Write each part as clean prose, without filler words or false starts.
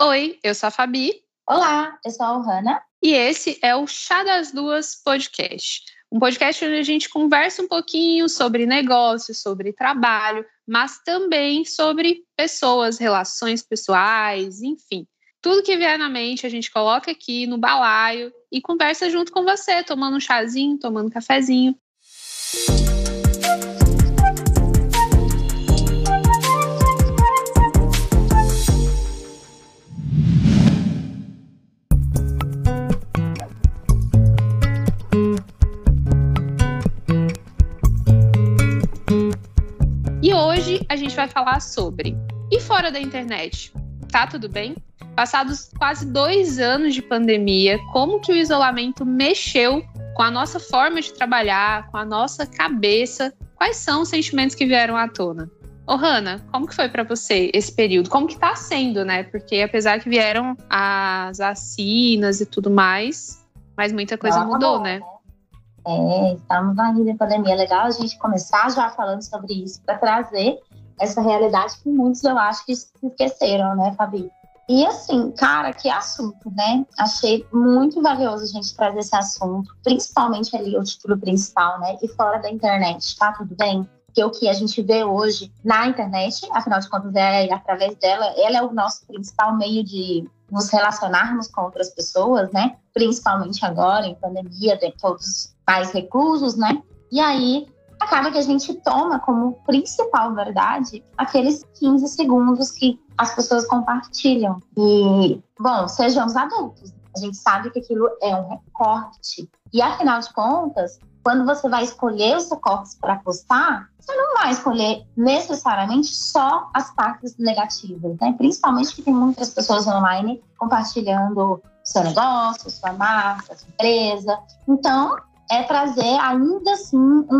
Oi, eu sou a Fabi. Olá, eu sou a Ohana. E esse é o Chá das Duas Podcast. Um podcast onde a gente conversa um pouquinho sobre negócios, sobre trabalho, mas também sobre pessoas, relações pessoais, enfim. Tudo que vier na mente a gente coloca aqui no balaio e conversa junto com você, tomando um chazinho, tomando um cafezinho. E hoje a gente vai falar sobre e fora da internet, tá tudo bem? Passados quase 2 anos de pandemia, como que o isolamento mexeu com a nossa forma de trabalhar, com a nossa cabeça? Quais são os sentimentos que vieram à tona? Ohana, como que foi para você esse período? Como que tá sendo, né? Porque apesar que vieram as vacinas e tudo mais, mas muita coisa mudou, né? Estamos ainda em pandemia. É legal a gente começar já falando sobre isso para trazer essa realidade que muitos, eu acho, que se esqueceram, né, Fabi? E assim, cara, que assunto, né? Achei muito valioso a gente trazer esse assunto, principalmente ali o título principal, né? E fora da internet, tá tudo bem? Porque o que a gente vê hoje na internet, afinal de contas, através dela, ela é o nosso principal meio de nos relacionarmos com outras pessoas, né? Principalmente agora, em pandemia, tem todos mais reclusos, né? E aí, acaba que a gente toma como principal verdade aqueles 15 segundos que as pessoas compartilham. E, bom, sejamos adultos. A gente sabe que aquilo é um recorte. E, afinal de contas, quando você vai escolher os recortes para postar, você não vai escolher necessariamente só as partes negativas, né? Principalmente que tem muitas pessoas online compartilhando seu negócio, sua marca, sua empresa. Então, é trazer ainda assim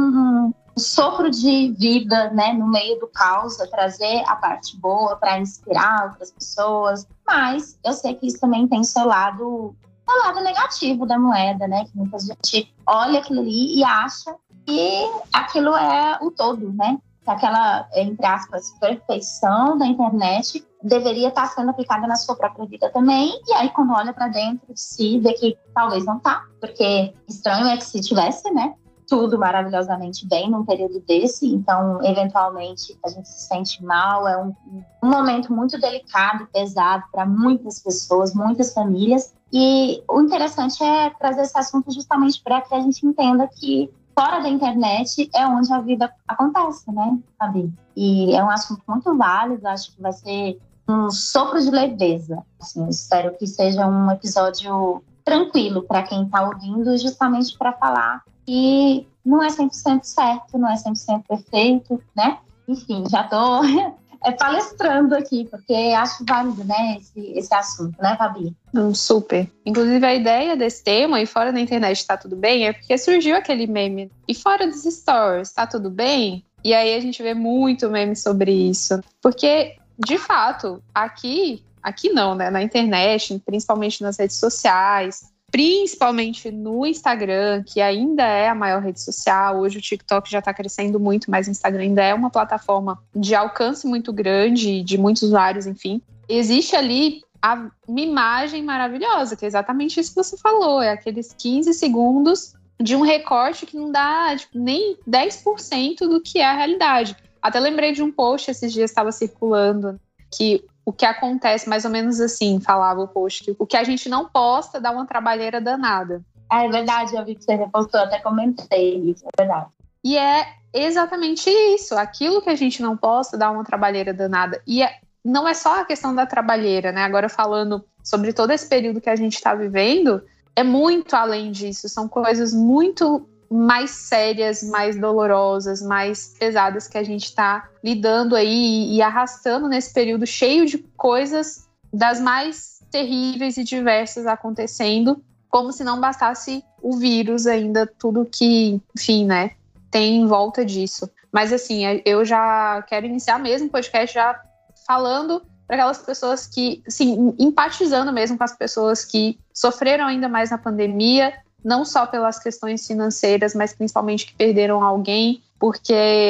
um sopro de vida, né, no meio do caos, é trazer a parte boa para inspirar outras pessoas. Mas eu sei que isso também tem seu lado negativo da moeda, né? Que muita gente olha aquilo ali e acha que aquilo é o todo, né? Que aquela, entre aspas, perfeição da internet deveria estar sendo aplicada na sua própria vida também. E aí, quando olha para dentro de si, vê que talvez não tá. Porque estranho é que se tivesse, né? Tudo maravilhosamente bem num período desse, então, eventualmente, a gente se sente mal. É um momento muito delicado, pesado para muitas pessoas, muitas famílias. E o interessante é trazer esse assunto justamente para que a gente entenda que fora da internet é onde a vida acontece, né, Fabi? E é um assunto muito válido, acho que vai ser um sopro de leveza. Assim, espero que seja um episódio tranquilo para quem está ouvindo, justamente para falar que não é 100% certo, não é 100% perfeito, né? Enfim, já estou palestrando aqui, porque acho válido, né, esse assunto, né, Fabi? Super. Inclusive, a ideia desse tema, e fora da internet tá tudo bem, é porque surgiu aquele meme, e fora dos stories, tá tudo bem? E aí a gente vê muito meme sobre isso. Porque, de fato, aqui não, né, na internet, principalmente nas redes sociais, principalmente no Instagram, que ainda é a maior rede social. Hoje o TikTok já está crescendo muito, mas o Instagram ainda é uma plataforma de alcance muito grande, de muitos usuários, enfim. Existe ali uma imagem maravilhosa, que é exatamente isso que você falou, é aqueles 15 segundos de um recorte que não dá nem 10% do que é a realidade. Até lembrei de um post esses dias, estava circulando, que o que acontece, mais ou menos assim, falava o post, que o que a gente não posta dá uma trabalheira danada. É verdade, eu vi que você repostou, até comentei isso, é verdade. E é exatamente isso, aquilo que a gente não posta dá uma trabalheira danada. E não é só a questão da trabalheira, né? Agora falando sobre todo esse período que a gente está vivendo, é muito além disso, são coisas muito mais sérias, mais dolorosas, mais pesadas que a gente está lidando aí e arrastando nesse período cheio de coisas das mais terríveis e diversas acontecendo, como se não bastasse o vírus ainda, tudo que, enfim, né, tem em volta disso. Mas assim, eu já quero iniciar mesmo o podcast já falando para aquelas pessoas que, assim, empatizando mesmo com as pessoas que sofreram ainda mais na pandemia, não só pelas questões financeiras, mas principalmente que perderam alguém, porque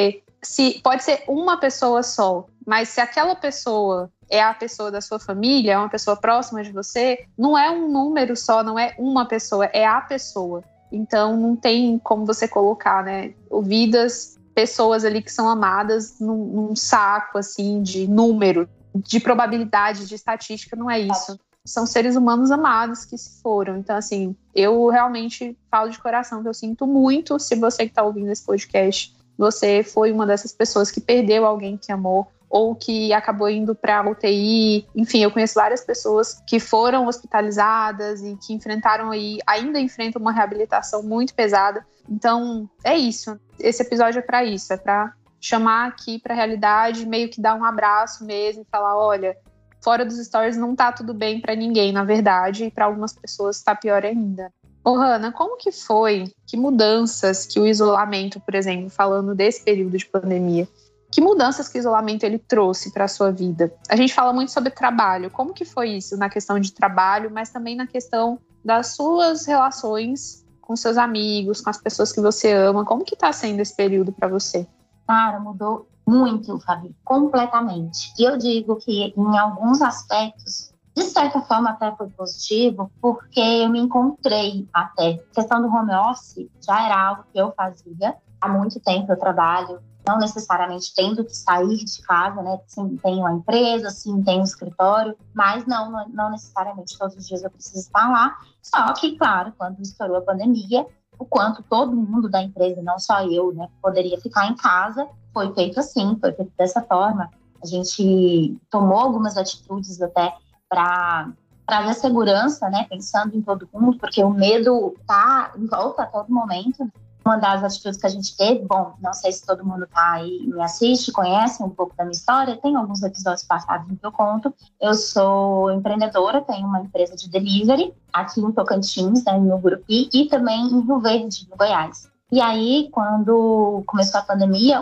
se pode ser uma pessoa só, mas se aquela pessoa é a pessoa da sua família, é uma pessoa próxima de você, não é um número só, não é uma pessoa, é a pessoa. Então não tem como você colocar, né, vidas, pessoas ali que são amadas num saco assim de número, de probabilidade, de estatística, não é isso. São seres humanos amados que se foram. Então, assim, eu realmente falo de coração que eu sinto muito. Se você que está ouvindo esse podcast, você foi uma dessas pessoas que perdeu alguém que amou ou que acabou indo para a UTI. Enfim, eu conheço várias pessoas que foram hospitalizadas e que enfrentaram aí, ainda enfrentam uma reabilitação muito pesada. Então, é isso. Esse episódio é para isso, é para chamar aqui para a realidade, meio que dar um abraço mesmo e falar, olha, fora dos stories não tá tudo bem para ninguém, na verdade, e para algumas pessoas tá pior ainda. Ô, Hanna, como que foi? Que mudanças que o isolamento, por exemplo, falando desse período de pandemia, que mudanças que o isolamento ele trouxe para a sua vida? A gente fala muito sobre trabalho. Como que foi isso na questão de trabalho, mas também na questão das suas relações com seus amigos, com as pessoas que você ama? Como que tá sendo esse período para você? Cara, mudou muito, Fabi, completamente. E eu digo que em alguns aspectos, de certa forma até foi positivo, porque eu me encontrei até. A questão do home office já era algo que eu fazia. Há muito tempo eu trabalho, não necessariamente tendo que sair de casa, né? Sim, tem uma empresa, sim, tem um escritório, mas não necessariamente todos os dias eu preciso estar lá. Só que, claro, quando estourou a pandemia, o quanto todo mundo da empresa, não só eu, né, poderia ficar em casa, foi feito assim, foi feito dessa forma. A gente tomou algumas atitudes até para trazer segurança, né, pensando em todo mundo, porque o medo está em volta a todo momento. Uma das atitudes que a gente teve, bom, não sei se todo mundo tá aí, me assiste, conhece um pouco da minha história, tem alguns episódios passados em que eu conto. Eu sou empreendedora, tenho uma empresa de delivery aqui em Tocantins, né, no Gurupi, e também em Rio Verde, no Goiás. E aí, quando começou a pandemia,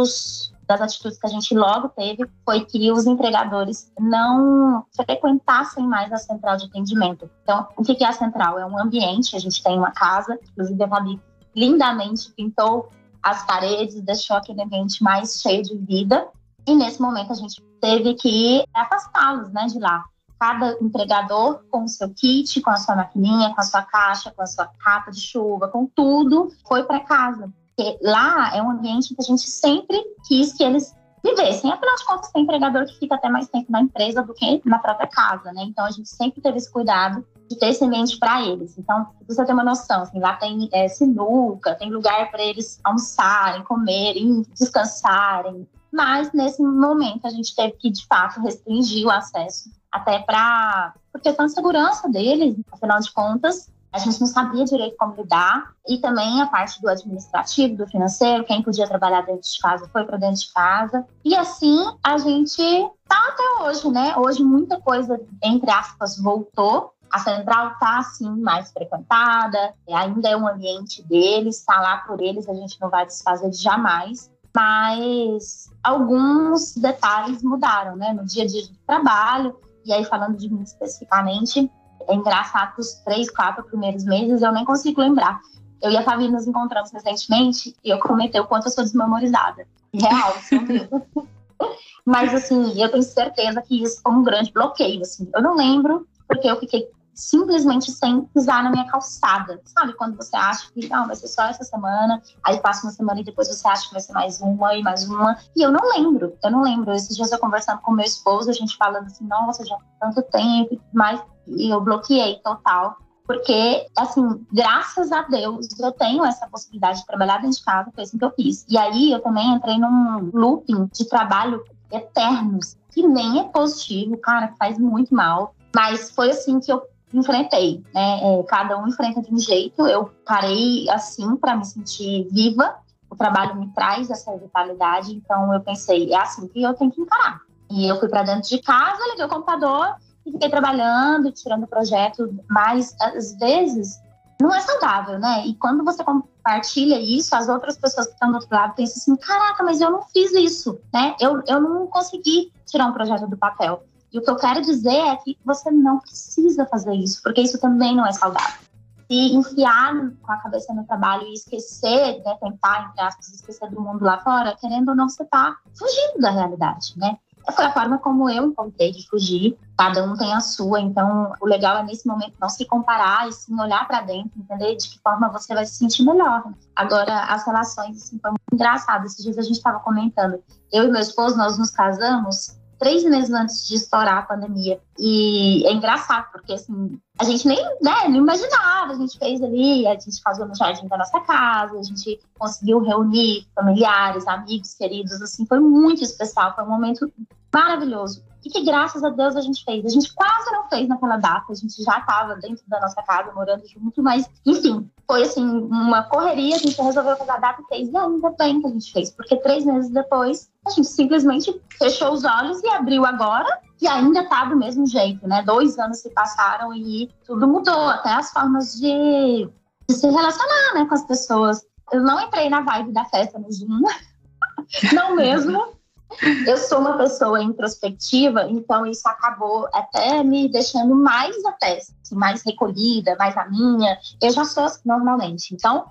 das atitudes que a gente logo teve foi que os entregadores não frequentassem mais a central de atendimento. Então, o que é a central? É um ambiente, a gente tem uma casa, inclusive a Fabi lindamente pintou as paredes, deixou aquele ambiente mais cheio de vida. E nesse momento a gente teve que afastá-los, né, de lá. Cada entregador com o seu kit, com a sua maquininha, com a sua caixa, com a sua capa de chuva, com tudo, foi para casa. Porque lá é um ambiente que a gente sempre quis que eles vivessem. Afinal de contas, tem entregador que fica até mais tempo na empresa do que na própria casa, né? Então a gente sempre teve esse cuidado de ter esse ambiente para eles. Então, você tem uma noção, assim, lá tem sinuca, tem lugar para eles almoçarem, comerem, descansarem. Mas, nesse momento, a gente teve que, de fato, restringir o acesso, até por questão de segurança deles. Afinal de contas, a gente não sabia direito como lidar. E também a parte do administrativo, do financeiro, quem podia trabalhar dentro de casa foi para dentro de casa. E assim, a gente tá até hoje, né? Hoje, muita coisa, entre aspas, voltou. A central está, assim, mais frequentada, ainda é um ambiente deles, está lá por eles, a gente não vai desfazer de jamais. Mas alguns detalhes mudaram, né? No dia a dia de trabalho, e aí falando de mim especificamente, é engraçado que os 3, 4 primeiros meses eu nem consigo lembrar. Eu e a Fabi nos encontramos recentemente e eu comentei o quanto eu sou desmemorizada. Real, sou mesmo. Mas, assim, eu tenho certeza que isso foi um grande bloqueio, assim. Eu não lembro, porque eu fiquei simplesmente sem pisar na minha calçada. Sabe, quando você acha que não, vai ser só essa semana, aí passa uma semana e depois você acha que vai ser mais uma e mais uma. E eu não lembro. Esses dias eu conversando com meu esposo, a gente falando assim, nossa, já há tanto tempo, mas e eu bloqueei total. Porque, assim, graças a Deus, eu tenho essa possibilidade de trabalhar dentro de casa, foi assim que eu fiz. E aí, eu também entrei num looping de trabalho eternos, que nem é positivo, cara, que faz muito mal. Mas foi assim que eu enfrentei, né? Cada um enfrenta de um jeito. Eu parei assim para me sentir viva. O trabalho me traz essa vitalidade, então eu pensei, é assim que eu tenho que encarar. E eu fui para dentro de casa, liguei o computador e fiquei trabalhando, tirando o projeto. Mas às vezes não é saudável, né? E quando você compartilha isso, as outras pessoas que estão do outro lado pensam assim, caraca, mas eu não fiz isso, né? Eu não consegui tirar um projeto do papel. E o que eu quero dizer é que você não precisa fazer isso, porque isso também não é saudável. se enfiar com a cabeça no trabalho e esquecer, né, tentar, entre aspas, esquecer do mundo lá fora, querendo ou não, você tá fugindo da realidade, né? Foi a forma como eu encontrei de fugir. Cada um tem a sua, então o legal é nesse momento não se comparar e sim olhar para dentro, entender de que forma você vai se sentir melhor. Agora, as relações, assim, foi muito engraçado. Esses dias a gente estava comentando, eu e meu esposo, nós nos casamos 3 meses antes de estourar a pandemia. E é engraçado, porque assim, a gente nem, né, não imaginava. A gente fez ali, a gente casou no jardim da nossa casa, a gente conseguiu reunir familiares, amigos, queridos, assim, foi muito especial, foi um momento maravilhoso. E que, graças a Deus, a gente fez. A gente quase não fez naquela data, a gente já estava dentro da nossa casa, morando junto, mas, enfim, foi, assim, uma correria, a gente resolveu fazer a data e fez. E ainda bem que a gente fez, porque 3 meses depois, a gente simplesmente fechou os olhos e abriu agora, e ainda tá do mesmo jeito, né? 2 anos se passaram e tudo mudou, até as formas de se relacionar, né, com as pessoas. Eu não entrei na vibe da festa no Zoom, não mesmo. Eu sou uma pessoa introspectiva, então isso acabou até me deixando mais até, assim, mais recolhida, mais a minha. Eu já sou assim normalmente. Então,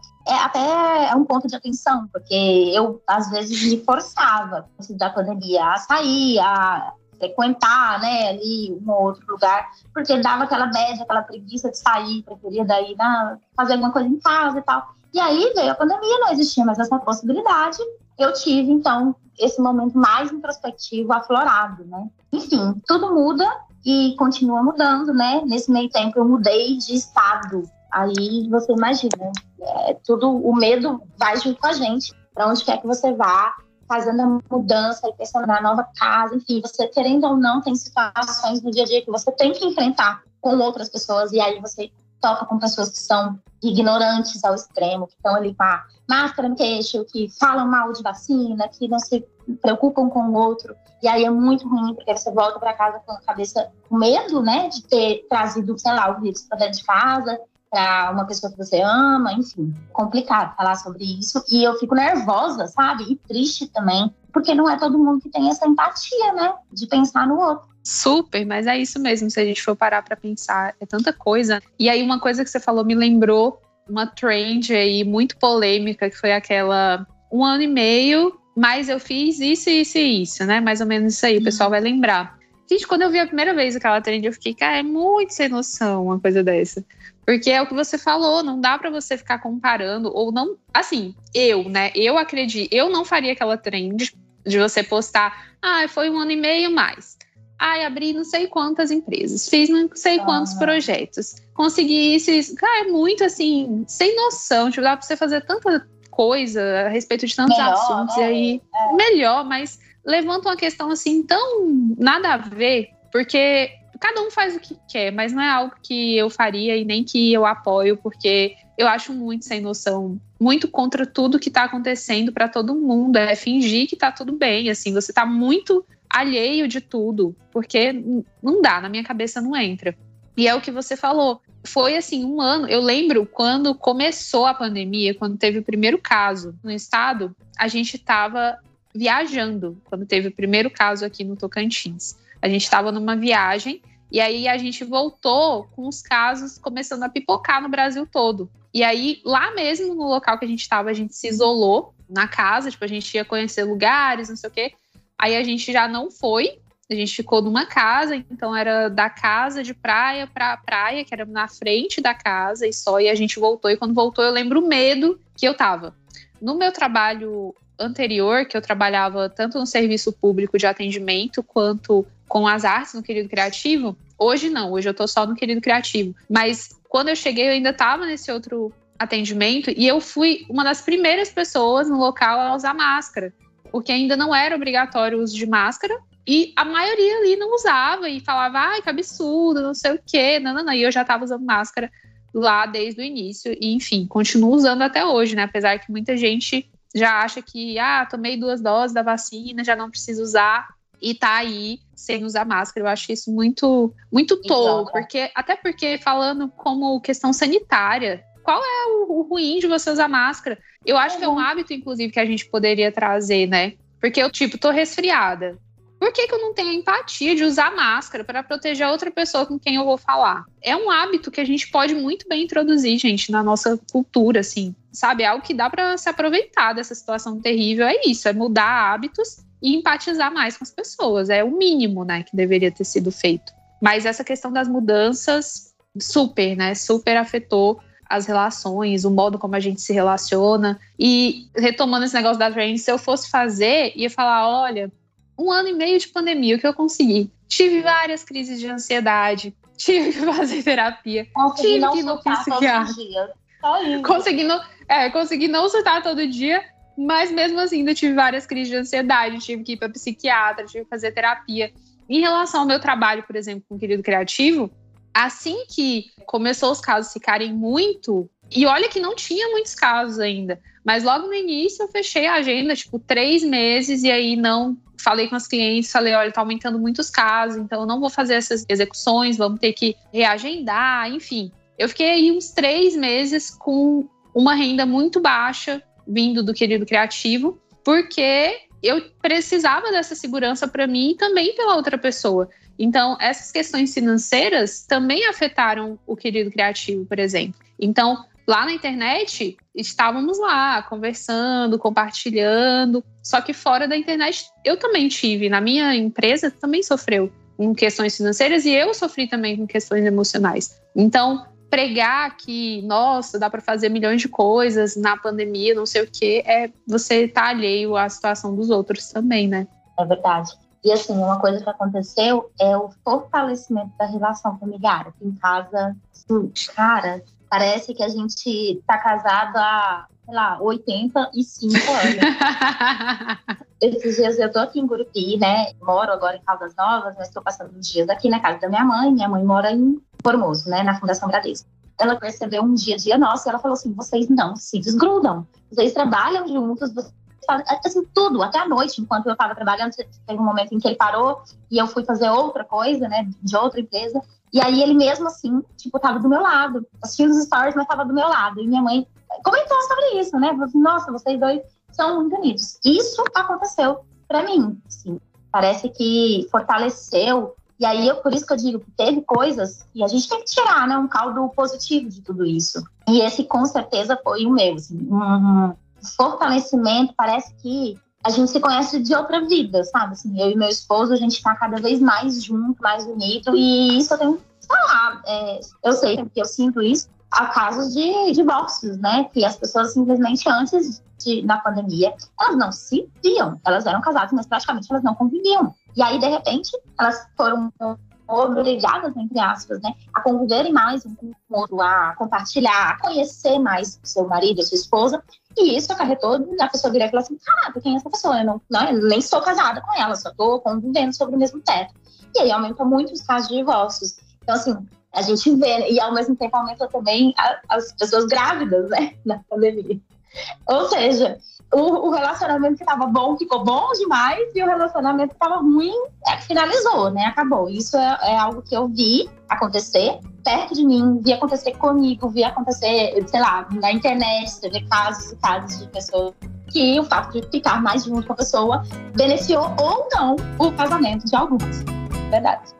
até um ponto de atenção, porque eu, às vezes, me forçava, antes da pandemia, a sair, a frequentar, né, ali um ou outro lugar, porque dava aquela bad, aquela preguiça de sair, preferia daí fazer alguma coisa em casa e tal. E aí veio a pandemia, não existia mais essa possibilidade. Eu tive, então, esse momento mais introspectivo, aflorado, né? Enfim, tudo muda e continua mudando, né? Nesse meio tempo eu mudei de estado. Aí você imagina, tudo, o medo vai junto com a gente. Para onde quer que você vá, fazendo a mudança e pensando na nova casa, enfim, você querendo ou não, tem situações no dia a dia que você tem que enfrentar com outras pessoas e aí você toca com pessoas que são ignorantes ao extremo, que estão ali com a máscara no queixo, que falam mal de vacina, que não se preocupam com o outro. E aí é muito ruim, porque você volta para casa com a cabeça com medo, né, de ter trazido, sei lá, o vírus para dentro de casa, para uma pessoa que você ama, enfim. Complicado falar sobre isso. E eu fico nervosa, sabe? E triste também, porque não é todo mundo que tem essa empatia, né, de pensar no outro. Super, mas é isso mesmo, se a gente for parar pra pensar, é tanta coisa. E aí uma coisa que você falou me lembrou uma trend aí muito polêmica, que foi aquela 1 ano e meio, mas eu fiz isso, isso e isso, né? Mais ou menos isso aí, o pessoal vai lembrar. Gente, quando eu vi a primeira vez aquela trend, eu fiquei, cara, é muito sem noção uma coisa dessa. Porque é o que você falou, não dá pra você ficar comparando, ou não, assim, eu acredito, eu não faria aquela trend de você postar, foi 1 ano e meio mais. Abri não sei quantas empresas, fiz não sei quantos projetos, consegui isso. Cara, é muito assim, sem noção. Tipo, dá pra você fazer tanta coisa a respeito de tantos assuntos, né? E aí, melhor, mas levanta uma questão assim, tão nada a ver, porque cada um faz o que quer, mas não é algo que eu faria e nem que eu apoio, porque eu acho muito sem noção, muito contra tudo que tá acontecendo pra todo mundo. É fingir que tá tudo bem, assim, você tá muito alheio de tudo, porque não dá, na minha cabeça não entra. E é o que você falou, foi assim, 1 ano, eu lembro quando começou a pandemia, quando teve o primeiro caso no estado, a gente estava viajando, quando teve o primeiro caso aqui no Tocantins. A gente estava numa viagem, e aí a gente voltou com os casos começando a pipocar no Brasil todo. E aí, lá mesmo, no local que a gente estava, a gente se isolou na casa, tipo, a gente ia conhecer lugares, não sei o quê. Aí a gente já não foi, a gente ficou numa casa, então era da casa de praia para praia, que era na frente da casa e só, e a gente voltou. E quando voltou, eu lembro o medo que eu tava. No meu trabalho anterior, que eu trabalhava tanto no serviço público de atendimento, quanto com as artes no Querido Criativo, hoje não, hoje eu tô só no Querido Criativo. Mas quando eu cheguei, eu ainda tava nesse outro atendimento, e eu fui uma das primeiras pessoas no local a usar máscara, porque ainda não era obrigatório o uso de máscara, e a maioria ali não usava, e falava, que absurdo, não sei o quê, não, e eu já estava usando máscara lá desde o início, e enfim, continuo usando até hoje, né, apesar que muita gente já acha que, tomei 2 doses da vacina, já não preciso usar, e tá aí sem usar máscara. Eu acho isso muito, muito tolo, até porque falando como questão sanitária, qual é o ruim de você usar máscara? Eu acho que é um hábito, inclusive, que a gente poderia trazer, né? Porque eu, tô resfriada. Por que eu não tenho a empatia de usar máscara para proteger a outra pessoa com quem eu vou falar? É um hábito que a gente pode muito bem introduzir, gente, na nossa cultura, assim, sabe? É algo que dá para se aproveitar dessa situação terrível. É isso, é mudar hábitos e empatizar mais com as pessoas. É o mínimo, né, que deveria ter sido feito. Mas essa questão das mudanças, super afetou as relações, o modo como a gente se relaciona. E retomando esse negócio da training, se eu fosse fazer, ia falar, olha, 1 ano e meio de pandemia, o que eu consegui? Tive várias crises de ansiedade, tive que fazer terapia, tive que ir no psiquiatra. Consegui não surtar todo dia, mas mesmo assim ainda tive várias crises de ansiedade, tive que ir para psiquiatra, tive que fazer terapia. Em relação ao meu trabalho, por exemplo, com o Querido Criativo, assim que começou os casos ficarem muito, e olha que não tinha muitos casos ainda, mas logo no início eu fechei a agenda, 3 meses, e aí não falei com as clientes, falei, olha, tá aumentando muitos casos, então eu não vou fazer essas execuções, vamos ter que reagendar, enfim. Eu fiquei aí uns 3 meses com uma renda muito baixa, vindo do Querido Criativo, porque eu precisava dessa segurança para mim e também pela outra pessoa. Então, essas questões financeiras também afetaram o Querido Criativo, por exemplo. Então, lá na internet, estávamos lá conversando, compartilhando, só que fora da internet eu também tive, na minha empresa também sofreu com questões financeiras e eu sofri também com questões emocionais. Então, pregar que, nossa, dá para fazer milhões de coisas na pandemia, não sei o quê, é você tá alheio à situação dos outros também, né? É verdade. E assim, uma coisa que aconteceu é o fortalecimento da relação familiar. Aqui em casa, cara, parece que a gente tá casado há, sei lá, 85 anos. Esses dias eu tô aqui em Gurupi, né? Moro agora em Caldas Novas, mas estou passando uns dias aqui na casa da minha mãe. Minha mãe mora em Formoso, né? Na Fundação Bradesco. Ela percebeu um dia nosso e ela falou assim, vocês não se desgrudam. Vocês trabalham juntos, vocês fazem assim, tudo, até a noite, enquanto eu estava trabalhando. Teve um momento em que ele parou e eu fui fazer outra coisa, né? De outra empresa. E aí ele mesmo assim, tava do meu lado. Assistindo os stories, mas tava do meu lado. E minha mãe comentou sobre isso, né? Falou assim, nossa, vocês dois são muito unidos. Isso aconteceu pra mim, assim. Parece que fortaleceu. E aí, por isso que eu digo que teve coisas e a gente tem que tirar, né? Um caldo positivo de tudo isso. E esse, com certeza, foi o meu, assim. Um fortalecimento, parece que a gente se conhece de outra vida, sabe? Assim, eu e meu esposo, a gente tá cada vez mais junto, mais unido. E isso eu tenho, sei lá, eu sei que eu sinto isso. Há casos de divórcios, né? Que as pessoas simplesmente antes da pandemia, elas não se viam. Elas eram casadas, mas praticamente elas não conviviam. E aí, de repente, elas foram obrigadas, entre aspas, né? A conviverem mais um com o outro, a compartilhar, a conhecer mais seu marido, sua esposa. E isso acarretou a pessoa virar e falar assim, caraca, quem é essa pessoa? Eu nem sou casada com ela, só tô convivendo sobre o mesmo teto. E aí aumentou muito os casos de divórcios. Então, assim, a gente vê, e ao mesmo tempo aumentou também as pessoas grávidas, né, na pandemia. Ou seja, o relacionamento que estava bom ficou bom demais e o relacionamento que estava ruim finalizou, né, acabou. Isso é algo que eu vi acontecer perto de mim, vi acontecer comigo, vi acontecer, sei lá, na internet, você vê casos e casos de pessoas que o fato de ficar mais junto com a pessoa beneficiou ou não o casamento de alguns. Verdade.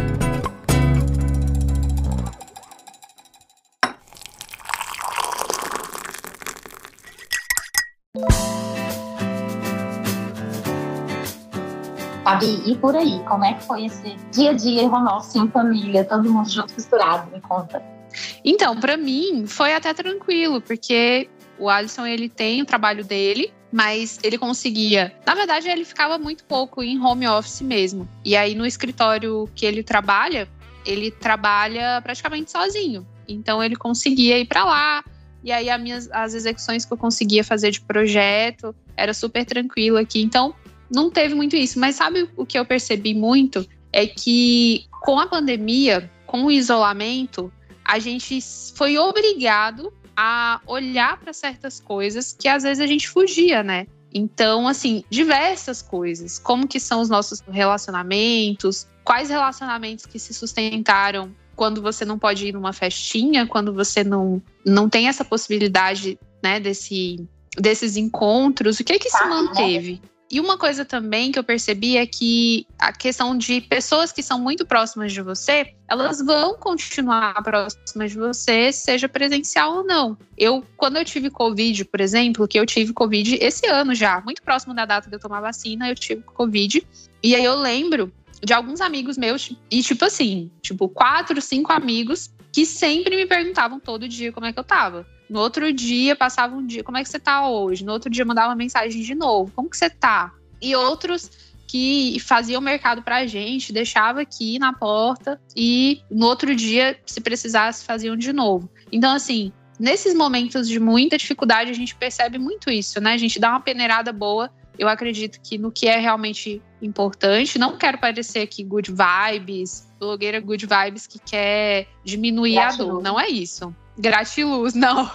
Fabi, e por aí, como é que foi esse dia a dia em home office, em família, todo mundo junto, misturado? Me conta. Então, para mim, foi até tranquilo, porque o Alisson, ele tem o trabalho dele, mas ele conseguia... Na verdade, ele ficava muito pouco em home office mesmo. E aí, no escritório que ele trabalha praticamente sozinho. Então, ele conseguia ir para lá. E aí, as execuções que eu conseguia fazer de projeto, era super tranquilo aqui. Então, não teve muito isso. Mas sabe o que eu percebi muito? É que, com a pandemia, com o isolamento, a gente foi obrigado a olhar para certas coisas que às vezes a gente fugia, né? Então, assim, diversas coisas. Como que são os nossos relacionamentos? Quais relacionamentos que se sustentaram quando você não pode ir numa festinha? Quando você não tem essa possibilidade, né, desses encontros? O que se manteve? E uma coisa também que eu percebi é que a questão de pessoas que são muito próximas de você, elas vão continuar próximas de você, seja presencial ou não. Quando eu tive Covid, por exemplo, que eu tive Covid esse ano já, muito próximo da data de eu tomar vacina, eu tive Covid. E aí eu lembro de alguns amigos meus, e 4, 5 amigos que sempre me perguntavam todo dia como é que eu tava. No outro dia, passava um dia, como é que você tá hoje? No outro dia, mandava uma mensagem de novo, como que você tá? E outros que faziam mercado pra gente, deixava aqui na porta e no outro dia, se precisasse, faziam de novo. Então, assim, nesses momentos de muita dificuldade, a gente percebe muito isso, né? A gente dá uma peneirada boa, eu acredito que no que é realmente importante. Não quero parecer aqui good vibes, blogueira good vibes que quer diminuir a dor, não é isso. Gratiluz, não.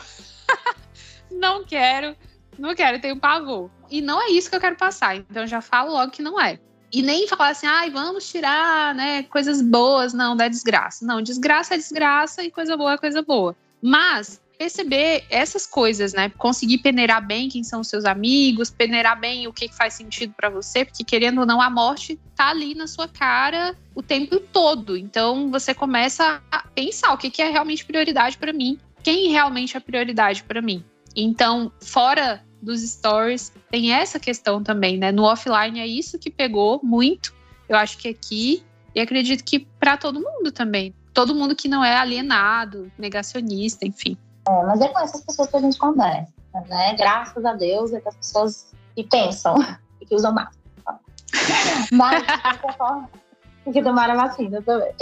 Não quero, tenho pavor. E não é isso que eu quero passar, então eu já falo logo que não é. E nem falar assim, vamos tirar, né, coisas boas, não, da desgraça. Não, desgraça é desgraça e coisa boa é coisa boa. Mas perceber essas coisas, né, conseguir peneirar bem quem são os seus amigos, peneirar bem o que faz sentido pra você, porque querendo ou não, a morte tá ali na sua cara o tempo todo. Então você começa a pensar o que é realmente prioridade pra mim, quem realmente é prioridade pra mim. Então, fora dos stories, tem essa questão também, né? No offline é isso que pegou muito, eu acho que aqui, e acredito que pra todo mundo também. Todo mundo que não é alienado, negacionista, enfim. Mas é com essas pessoas que a gente conversa, né? Graças a Deus, é com as pessoas que pensam e que usam máscara. Mas, de qualquer forma, tem que tomar a vacina também.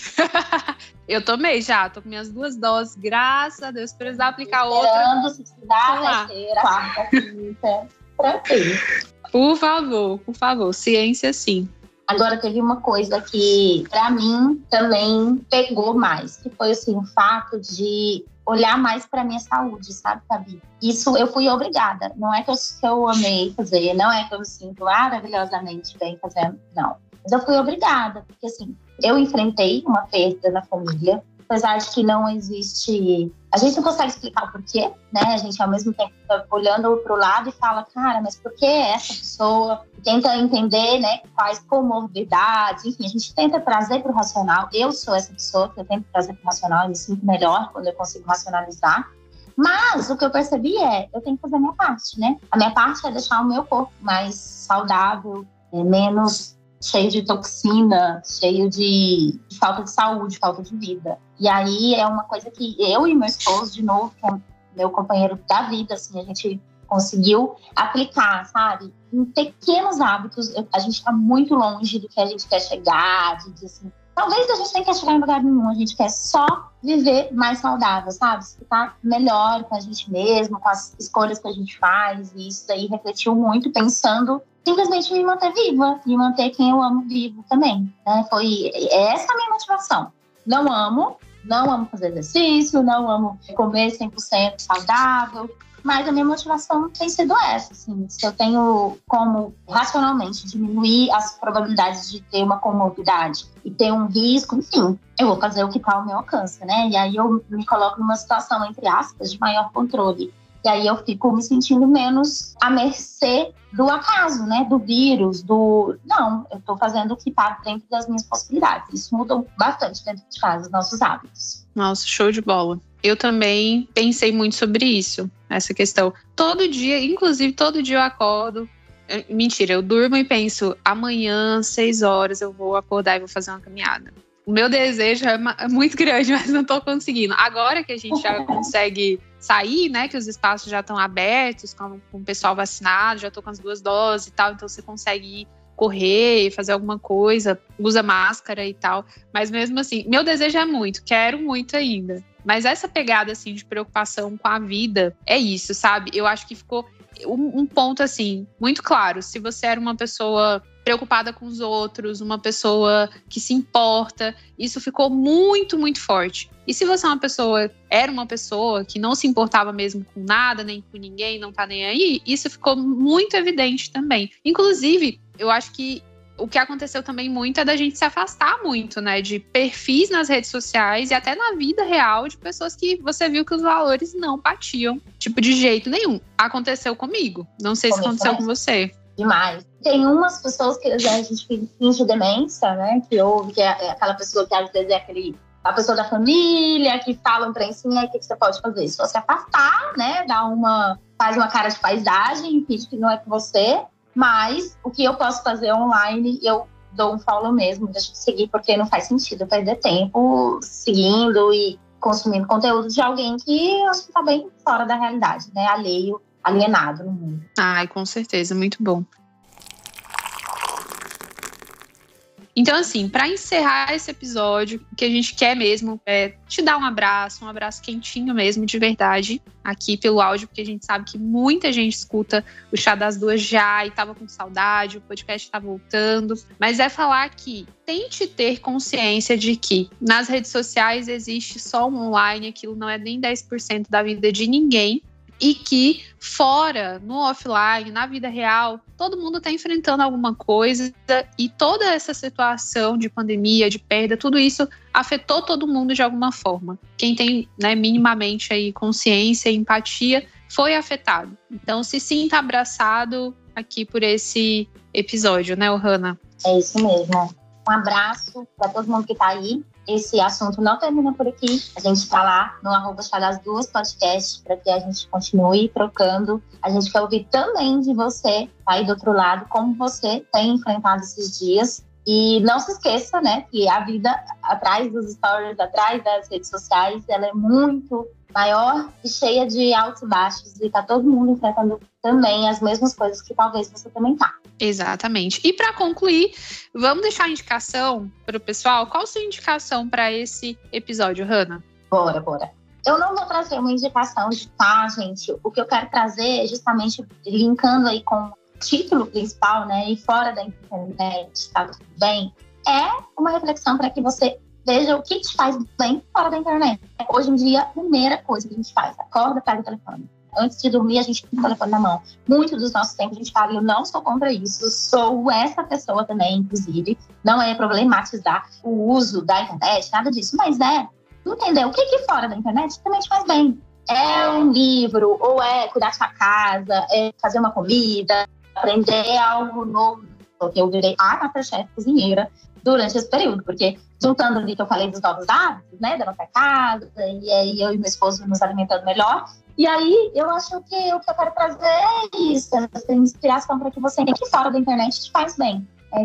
Eu tomei já, tô com minhas 2 doses, graças a Deus. Se precisar aplicar outra. Esperando, se precisar, terceira, quarta, quinta. Tranquilo. Por favor, ciência sim. Agora teve uma coisa que, pra mim, também pegou mais, que foi assim, o fato de olhar mais pra minha saúde, sabe, Fabi? Isso eu fui obrigada. Não é que eu amei fazer, não é que eu me sinto maravilhosamente bem fazendo, não. Mas eu fui obrigada, porque assim, eu enfrentei uma perda na família, apesar de que não existe... A gente não consegue explicar o porquê, né? A gente, ao mesmo tempo, tá olhando pro lado e fala, cara, mas por que essa pessoa? Tenta entender, né, quais comorbidades, enfim, a gente tenta trazer pro racional. Eu sou essa pessoa que eu tento trazer pro racional, eu me sinto melhor quando eu consigo racionalizar. Mas o que eu percebi eu tenho que fazer a minha parte, né? A minha parte é deixar o meu corpo mais saudável, menos cheio de toxina, cheio de falta de saúde, falta de vida. E aí é uma coisa que eu e meu esposo, de novo, que é meu companheiro da vida, assim, a gente conseguiu aplicar, sabe? Em pequenos hábitos, a gente tá muito longe do que a gente quer chegar, de assim, talvez a gente nem quer chegar em lugar nenhum, a gente quer só viver mais saudável, sabe? Ficar melhor com a gente mesmo, com as escolhas que a gente faz, e isso daí refletiu muito, pensando simplesmente me manter viva, e manter quem eu amo vivo também, né? Foi essa a minha motivação. Não amo fazer exercício, não amo comer 100% saudável, mas a minha motivação tem sido essa, assim, se eu tenho como racionalmente diminuir as probabilidades de ter uma comorbidade e ter um risco, enfim, eu vou fazer o que está ao meu alcance, né? E aí eu me coloco numa situação, entre aspas, de maior controle. E aí eu fico me sentindo menos à mercê do acaso, né? Do vírus, Não, eu tô fazendo o que tá dentro das minhas possibilidades. Isso mudou bastante dentro de casa, os nossos hábitos. Nossa, show de bola. Eu também pensei muito sobre isso, essa questão. Todo dia eu acordo. Mentira, eu durmo e penso, amanhã, 6 horas, eu vou acordar e vou fazer uma caminhada. O meu desejo é muito grande, mas não tô conseguindo. Agora que a gente já consegue sair, né, que os espaços já estão abertos, com o pessoal vacinado, já tô com as 2 doses e tal, então você consegue ir correr, fazer alguma coisa, usa máscara e tal. Mas mesmo assim, meu desejo é muito, quero muito ainda. Mas essa pegada, assim, de preocupação com a vida, é isso, sabe? Eu acho que ficou um ponto, assim, muito claro. Se você era uma pessoa preocupada com os outros, uma pessoa que se importa, isso ficou muito, muito forte. E se você era uma pessoa que não se importava mesmo com nada, nem com ninguém, não tá nem aí, isso ficou muito evidente também. Inclusive, eu acho que o que aconteceu também muito é da gente se afastar muito, né? De perfis nas redes sociais e até na vida real de pessoas que você viu que os valores não batiam, tipo, de jeito nenhum. Aconteceu comigo. Não sei se aconteceu com você. demais. Tem umas pessoas que a gente finge demência, né? Que é aquela pessoa que às vezes é a pessoa da família que fala um trem assim, aí o que você pode fazer? Se você afastar, né? Faz uma cara de paisagem, finge que não é com você. Mas o que eu posso fazer online, eu dou um follow mesmo, deixo de seguir, porque não faz sentido eu perder tempo seguindo e consumindo conteúdo de alguém que eu acho que tá bem fora da realidade, né? Alienado no mundo. Ai, com certeza, muito bom. Então, assim, para encerrar esse episódio, o que a gente quer mesmo é te dar um abraço quentinho mesmo, de verdade, aqui pelo áudio, porque a gente sabe que muita gente escuta o Chá das Duas já e tava com saudade, o podcast tá voltando. Mas é falar que tente ter consciência de que nas redes sociais existe só um online, aquilo não é nem 10% da vida de ninguém. E que fora, no offline, na vida real, todo mundo está enfrentando alguma coisa e toda essa situação de pandemia, de perda, tudo isso afetou todo mundo de alguma forma. Quem tem, né, minimamente aí consciência e empatia foi afetado. Então se sinta abraçado aqui por esse episódio, né, Ohana? É isso mesmo. Um abraço para todo mundo que está aí. Esse assunto não termina por aqui. A gente está lá no @Chá das Duas podcast para que a gente continue trocando. A gente quer ouvir também de você, aí do outro lado, como você tem enfrentado esses dias. E não se esqueça, né, que a vida atrás dos stories, atrás das redes sociais, ela é muito maior e cheia de altos e baixos. E tá todo mundo enfrentando também as mesmas coisas que talvez você também tá. Exatamente. E para concluir, vamos deixar a indicação para o pessoal. Qual a sua indicação para esse episódio, Hannah? Bora. Eu não vou trazer uma indicação de gente. O que eu quero trazer é justamente linkando aí com o título principal, né? E fora da internet, tá tudo bem? É uma reflexão para que você veja o que te faz bem fora da internet. Hoje em dia, a primeira coisa que a gente faz, acorda, pega o telefone. Antes de dormir, a gente tem o telefone na mão. Muito dos nossos tempos a gente fala, eu não sou contra isso, sou essa pessoa também, inclusive. Não é problematizar o uso da internet, nada disso. Mas entender o que fora da internet também te faz bem. É um livro, ou é cuidar de sua casa, é fazer uma comida, aprender algo novo. Porque eu virei a Masterchef cozinheira durante esse período, porque juntando ali que eu falei dos novos hábitos, né, da nossa casa, e aí eu e meu esposo nos alimentando melhor. E aí, eu acho que o que eu quero trazer é isso, essa inspiração para que você entenda que fora da internet te faz bem.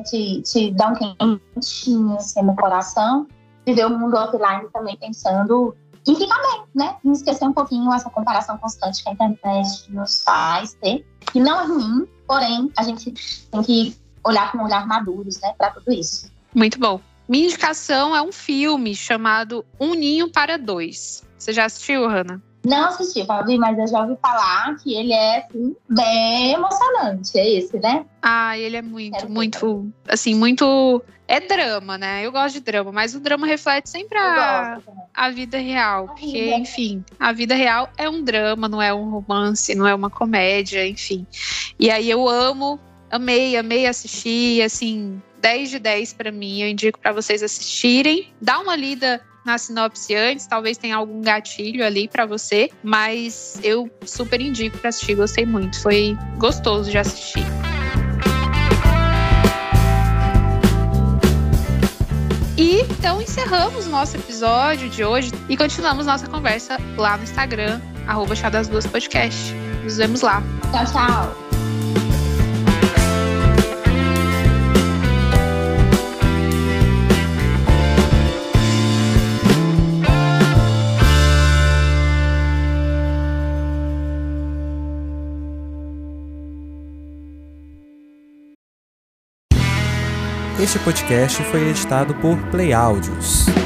Te dá um quentinho assim, no coração, viver o mundo offline também pensando em ficar bem, né? Em esquecer um pouquinho essa comparação constante que a internet nos faz ter, que não é ruim, porém, a gente tem que olhar com um olhar maduros, né, para tudo isso. Muito bom. Minha indicação é um filme chamado Um Ninho para Dois. Você já assistiu, Hannah? Não assisti, Fabi, mas eu já ouvi falar que ele é, assim, bem emocionante. É esse, né? Ah, ele é muito, assim, muito... É drama, né? Eu gosto de drama, mas o drama reflete sempre a vida real. Porque, enfim, a vida real é um drama, não é um romance, não é uma comédia, enfim. E aí eu amei assistir, assim, 10 de 10 pra mim. Eu indico pra vocês assistirem. Dá uma lida na sinopse antes, talvez tenha algum gatilho ali pra você, mas eu super indico pra assistir, gostei muito, foi gostoso de assistir. E então encerramos o nosso episódio de hoje e continuamos nossa conversa lá no Instagram, @Chá das Duas podcast. Nos vemos lá. Tchau. Este podcast foi editado por Play Áudios.